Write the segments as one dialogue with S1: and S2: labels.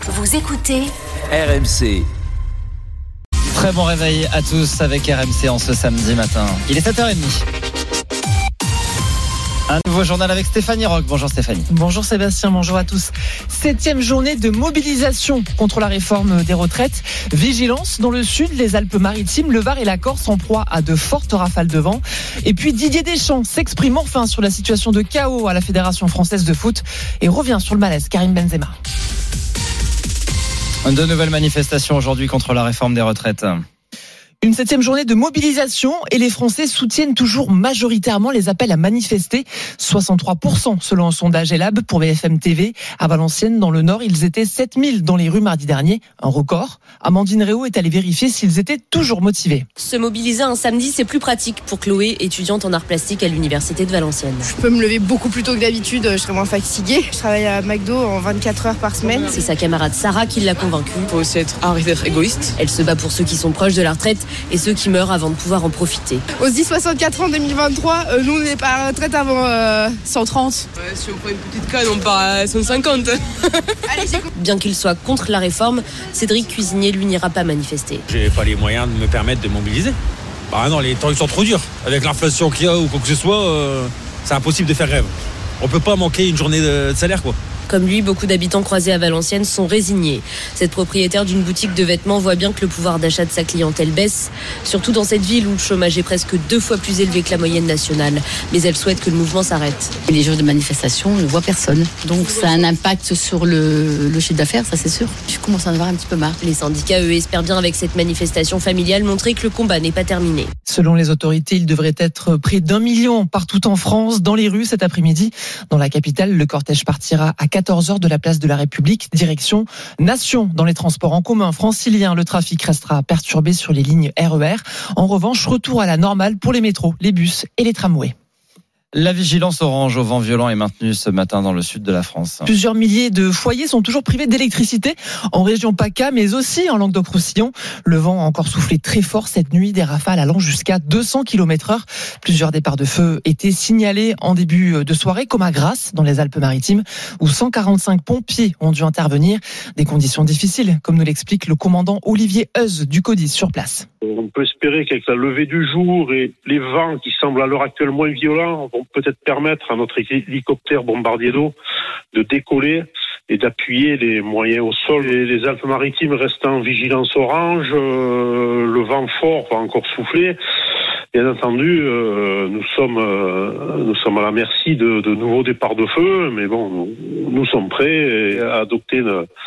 S1: Vous écoutez
S2: RMC.
S3: Très bon réveil à tous avec RMC en ce samedi matin. Il est 7h30. Un nouveau journal avec Stéphanie Roch. Bonjour Stéphanie.
S4: Bonjour Sébastien, bonjour à tous. 7e journée de mobilisation contre la réforme des retraites. Vigilance dans le sud, les Alpes-Maritimes, le Var et la Corse en proie à de fortes rafales de vent. Et puis Didier Deschamps s'exprime enfin sur la situation de chaos à la Fédération française de foot et revient sur le malaise Karim Benzema.
S3: De nouvelles manifestations aujourd'hui contre la réforme des retraites.
S4: Une 7e journée de mobilisation et les Français soutiennent toujours majoritairement les appels à manifester. 63% selon un sondage Elab pour BFM TV. À Valenciennes, dans le Nord, ils étaient 7000 dans les rues mardi dernier. Un record. Amandine Réau est allée vérifier s'ils étaient toujours motivés.
S5: Se mobiliser un samedi, c'est plus pratique pour Chloé, étudiante en arts plastiques à l'université de Valenciennes.
S6: Je peux me lever beaucoup plus tôt que d'habitude, je serai moins fatiguée. Je travaille à McDo en 24 heures par semaine.
S5: C'est sa camarade Sarah qui l'a convaincue.
S7: Il faut aussi arrêter d'être égoïste.
S5: Elle se bat pour ceux qui sont proches de la retraite et ceux qui meurent avant de pouvoir en profiter.
S6: On se dit 64 ans en 2023, nous on n'est pas à la retraite avant 130.
S7: Ouais, si on prend une petite canne, on part à 150.
S5: Allez, bien qu'il soit contre la réforme, Cédric Cuisinier, lui, n'ira pas manifester.
S8: J'ai pas les moyens de me permettre de mobiliser. Bah non, les temps ils sont trop durs. Avec l'inflation qu'il y a ou quoi que ce soit, c'est impossible de faire rêve. On peut pas manquer une journée de salaire, quoi.
S5: Comme lui, beaucoup d'habitants croisés à Valenciennes sont résignés. Cette propriétaire d'une boutique de vêtements voit bien que le pouvoir d'achat de sa clientèle baisse, surtout dans cette ville où le chômage est presque 2 fois plus élevé que la moyenne nationale. Mais elle souhaite que le mouvement s'arrête.
S9: Les jours de manifestation, on ne voit personne. Donc ça a un impact sur le chiffre d'affaires, ça c'est sûr. Je commence à en avoir un petit peu marre.
S5: Les syndicats, eux, espèrent bien avec cette manifestation familiale montrer que le combat n'est pas terminé.
S4: Selon les autorités, il devrait être près d'1 million partout en France, dans les rues cet après-midi. Dans la capitale, le cortège partira à 14h de la place de la République, direction Nation. Dans les transports en commun franciliens, le trafic restera perturbé sur les lignes RER. En revanche, retour à la normale pour les métros, les bus et les tramways.
S3: La vigilance orange au vent violent est maintenue ce matin dans le sud de la France.
S4: Plusieurs milliers de foyers sont toujours privés d'électricité en région PACA, mais aussi en Languedoc-Roussillon. Le vent a encore soufflé très fort cette nuit, des rafales allant jusqu'à 200 km/h. Plusieurs départs de feu étaient signalés en début de soirée, comme à Grasse, dans les Alpes-Maritimes, où 145 pompiers ont dû intervenir. Des conditions difficiles, comme nous l'explique le commandant Olivier Heuz du CODIS sur place.
S10: On peut espérer qu'avec la levée du jour et les vents qui semblent à l'heure actuelle moins violents vont peut-être permettre à notre hélicoptère bombardier d'eau de décoller et d'appuyer les moyens au sol. Les Alpes-Maritimes restent en vigilance orange, le vent fort va encore souffler. Bien entendu, nous sommes à la merci de nouveaux départs de feu, mais bon, nous sommes prêts à adopter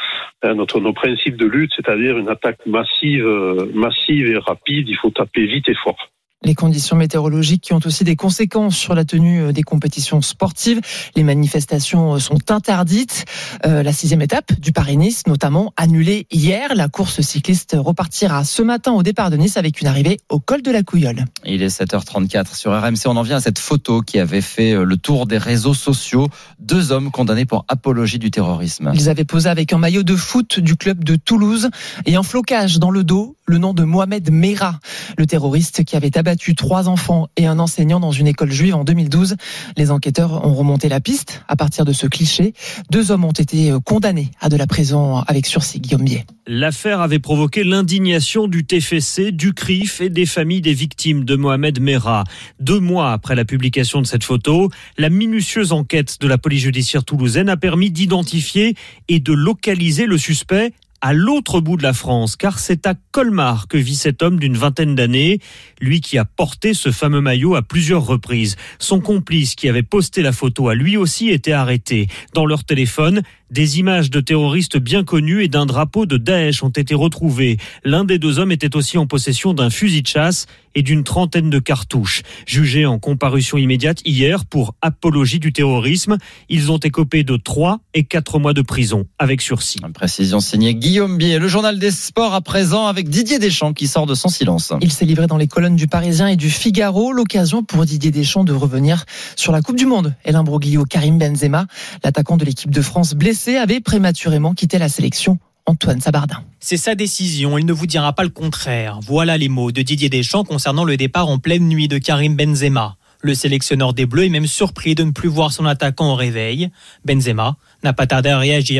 S10: nos principes de lutte, c'est-à-dire une attaque massive et rapide. Il faut taper vite et fort.
S4: Les conditions météorologiques qui ont aussi des conséquences sur la tenue des compétitions sportives. Les manifestations sont interdites. La 6e étape du Paris-Nice, notamment, annulée hier. La course cycliste repartira ce matin au départ de Nice avec une arrivée au col de la Couilleule.
S3: Il est 7h34 sur RMC. On en vient à cette photo qui avait fait le tour des réseaux sociaux. 2 hommes condamnés pour apologie du terrorisme.
S4: Ils avaient posé avec un maillot de foot du club de Toulouse et un flocage dans le dos, le nom de Mohamed Merah, le terroriste qui avait abattu 3 enfants et un enseignant dans une école juive en 2012. Les enquêteurs ont remonté la piste à partir de ce cliché. 2 hommes ont été condamnés à de la prison avec sursis. Guillaume Bier.
S11: L'affaire avait provoqué l'indignation du TFC, du CRIF et des familles des victimes de Mohamed Merah. 2 mois après la publication de cette photo, la minutieuse enquête de la police judiciaire toulousaine a permis d'identifier et de localiser le suspect à l'autre bout de la France, car c'est à Colmar que vit cet homme d'une vingtaine d'années, lui qui a porté ce fameux maillot à plusieurs reprises. Son complice qui avait posté la photo a lui aussi été arrêté. Dans leur téléphone, des images de terroristes bien connus et d'un drapeau de Daesh ont été retrouvées. L'un des 2 hommes était aussi en possession d'un fusil de chasse et d'une trentaine de cartouches. Jugés en comparution immédiate hier pour apologie du terrorisme, ils ont écopé de 3 et 4 mois de prison avec sursis.
S3: Précision signée Guillaume Bier. Le journal des sports à présent avec Didier Deschamps qui sort de son silence.
S4: Il s'est livré dans les colonnes du Parisien et du Figaro. L'occasion pour Didier Deschamps de revenir sur la Coupe du Monde et l'imbroglio Karim Benzema. L'attaquant de l'équipe de France blessé avait prématurément quitté la sélection. Antoine Sabardin.
S12: C'est sa décision, il ne vous dira pas le contraire. Voilà les mots de Didier Deschamps concernant le départ en pleine nuit de Karim Benzema. Le sélectionneur des Bleus est même surpris de ne plus voir son attaquant au réveil. Benzema n'a pas tardé à réagir.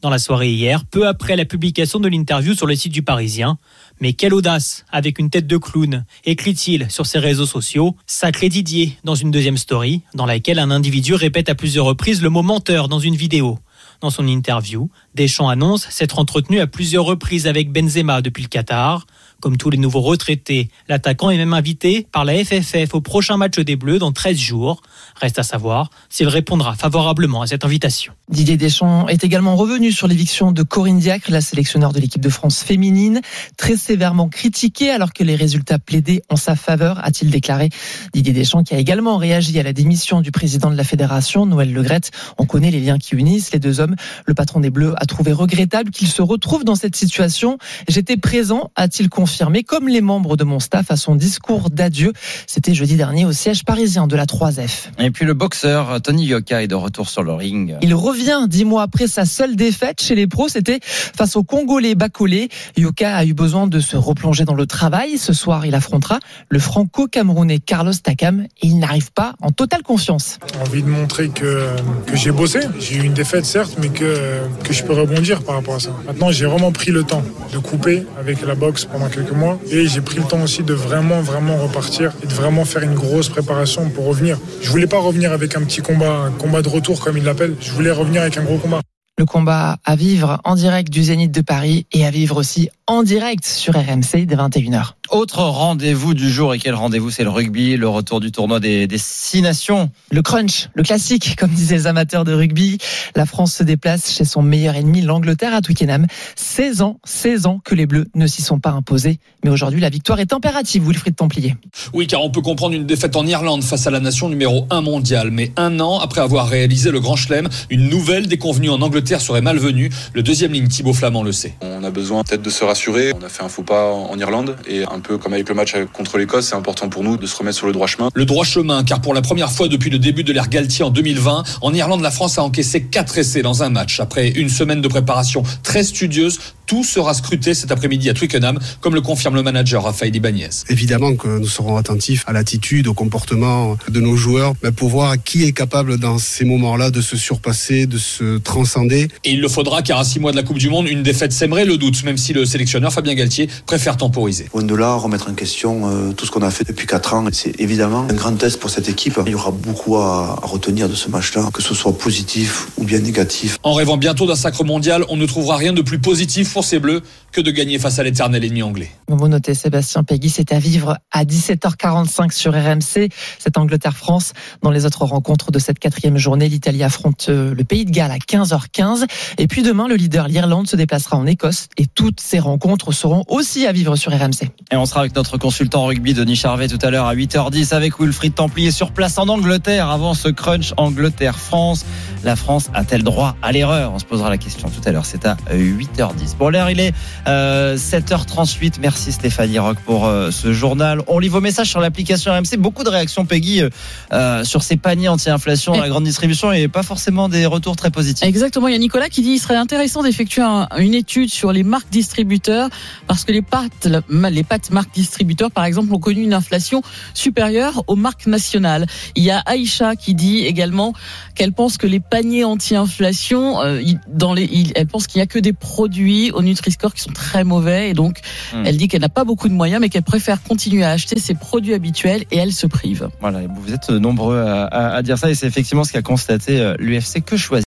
S12: dans la soirée hier, peu après la publication de l'interview sur le site du Parisien. Mais quelle audace, avec une tête de clown, écrit-il sur ses réseaux sociaux. Sacré Didier dans une deuxième story, dans laquelle un individu répète à plusieurs reprises le mot menteur dans une vidéo. Dans son interview, Deschamps annonce s'être entretenu à plusieurs reprises avec Benzema depuis le Qatar. Comme tous les nouveaux retraités, l'attaquant est même invité par la FFF au prochain match des Bleus dans 13 jours. Reste à savoir s'il répondra favorablement à cette invitation.
S4: Didier Deschamps est également revenu sur l'éviction de Corinne Diacre, la sélectionneur de l'équipe de France féminine, très sévèrement critiquée alors que les résultats plaidaient en sa faveur, a-t-il déclaré. Didier Deschamps qui a également réagi à la démission du président de la fédération, Noël Le Graët. On connaît les liens qui unissent les deux hommes. Le patron des Bleus a trouvé regrettable qu'il se retrouve dans cette situation. J'étais présent, a-t-il confirmé, comme les membres de mon staff à son discours d'adieu. C'était jeudi dernier au siège parisien de la 3F.
S3: Et puis le boxeur Tony Yoka est de retour sur le ring.
S4: Il revient 10 mois après sa seule défaite chez les pros, c'était face au Congolais Bakolé. Yoka a eu besoin de se replonger dans le travail. Ce soir, il affrontera le franco-camerounais Carlos Takam et il n'arrive pas en totale confiance.
S1: Envie de montrer que j'ai bossé. J'ai eu une défaite certes, mais que je peux rebondir par rapport à ça. Maintenant, j'ai vraiment pris le temps de couper avec la boxe pendant quelques mois et j'ai pris le temps aussi de vraiment repartir et de vraiment faire une grosse préparation pour revenir. Je voulais pas revenir avec un petit combat, un combat de retour comme ils l'appellent. Je voulais revenir avec un gros combat.
S4: Le combat à vivre en direct du Zénith de Paris et à vivre aussi en direct sur RMC dès 21h.
S3: Autre rendez-vous du jour, et quel rendez-vous? C'est le rugby, le retour du tournoi des 6 nations.
S4: Le crunch, le classique, comme disaient les amateurs de rugby. La France se déplace chez son meilleur ennemi, l'Angleterre, à Twickenham. 16 ans que les Bleus ne s'y sont pas imposés. Mais aujourd'hui, la victoire est impérative, Wilfried Templier.
S2: Oui, car on peut comprendre une défaite en Irlande face à la nation numéro 1 mondiale. Mais un an après avoir réalisé le Grand Chelem, une nouvelle déconvenue en Angleterre serait malvenue. Le deuxième ligne, Thibaut Flamand, le sait.
S13: On a besoin peut-être de se rassurer. On a fait un faux pas en Irlande et un peu comme avec le match contre l'Écosse, c'est important pour nous de se remettre sur le droit chemin.
S2: Le droit chemin, car pour la première fois depuis le début de l'ère Galtier en 2020, en Irlande, la France a encaissé 4 essais dans un match. Après une semaine de préparation très studieuse, tout sera scruté cet après-midi à Twickenham, comme le confirme le manager Raphaël Ibanez.
S14: Évidemment que nous serons attentifs à l'attitude, au comportement de nos joueurs, pour voir qui est capable dans ces moments-là de se surpasser, de se transcender.
S2: Et il le faudra, car à 6 mois de la Coupe du Monde, une défaite sèmerait le doute, même si le sélectionneur Fabien Galtier préfère temporiser.
S15: Loin de là, remettre en question tout ce qu'on a fait depuis 4 ans, c'est évidemment un grand test pour cette équipe. Il y aura beaucoup à retenir de ce match-là, que ce soit positif ou bien négatif.
S2: En rêvant bientôt d'un sacre mondial, on ne trouvera rien de plus positif pour ces Bleus que de gagner face à l'éternel ennemi anglais.
S4: Vous notez, Sébastien Peggy, c'est à vivre à 17h45 sur RMC, cette Angleterre-France. Dans les autres rencontres de cette 4e journée, l'Italie affronte le Pays de Galles à 15h15. Et puis demain, le leader, l'Irlande, se déplacera en Écosse. Et toutes ces rencontres seront aussi à vivre sur RMC.
S3: Et on sera avec notre consultant rugby, Denis Charvet, tout à l'heure à 8h10 avec Wilfried Templier sur place en Angleterre avant ce crunch Angleterre-France. La France a-t-elle droit à l'erreur? On se posera la question tout à l'heure. C'est à 8h10. Pour l'heure, il est 7h38. Merci Stéphanie Roch pour ce journal. On lit vos messages sur l'application RMC. Beaucoup de réactions, Peggy, sur ces paniers anti-inflation dans la grande distribution et pas forcément des retours très positifs.
S16: Exactement. Il y a Nicolas qui dit qu'il serait intéressant d'effectuer une étude sur les marques distributeurs parce que les pâtes marques distributeurs, par exemple, ont connu une inflation supérieure aux marques nationales. Il y a Aïcha qui dit également qu'elle pense que les paniers anti-inflation, elle pense qu'il n'y a que des produits au Nutri-Score qui sont très mauvais et donc elle dit qu'elle n'a pas beaucoup de moyens mais qu'elle préfère continuer à acheter ses produits habituels et elle se prive.
S3: Voilà, vous êtes nombreux à dire ça et c'est effectivement ce qu'a constaté l'UFC Que Choisir.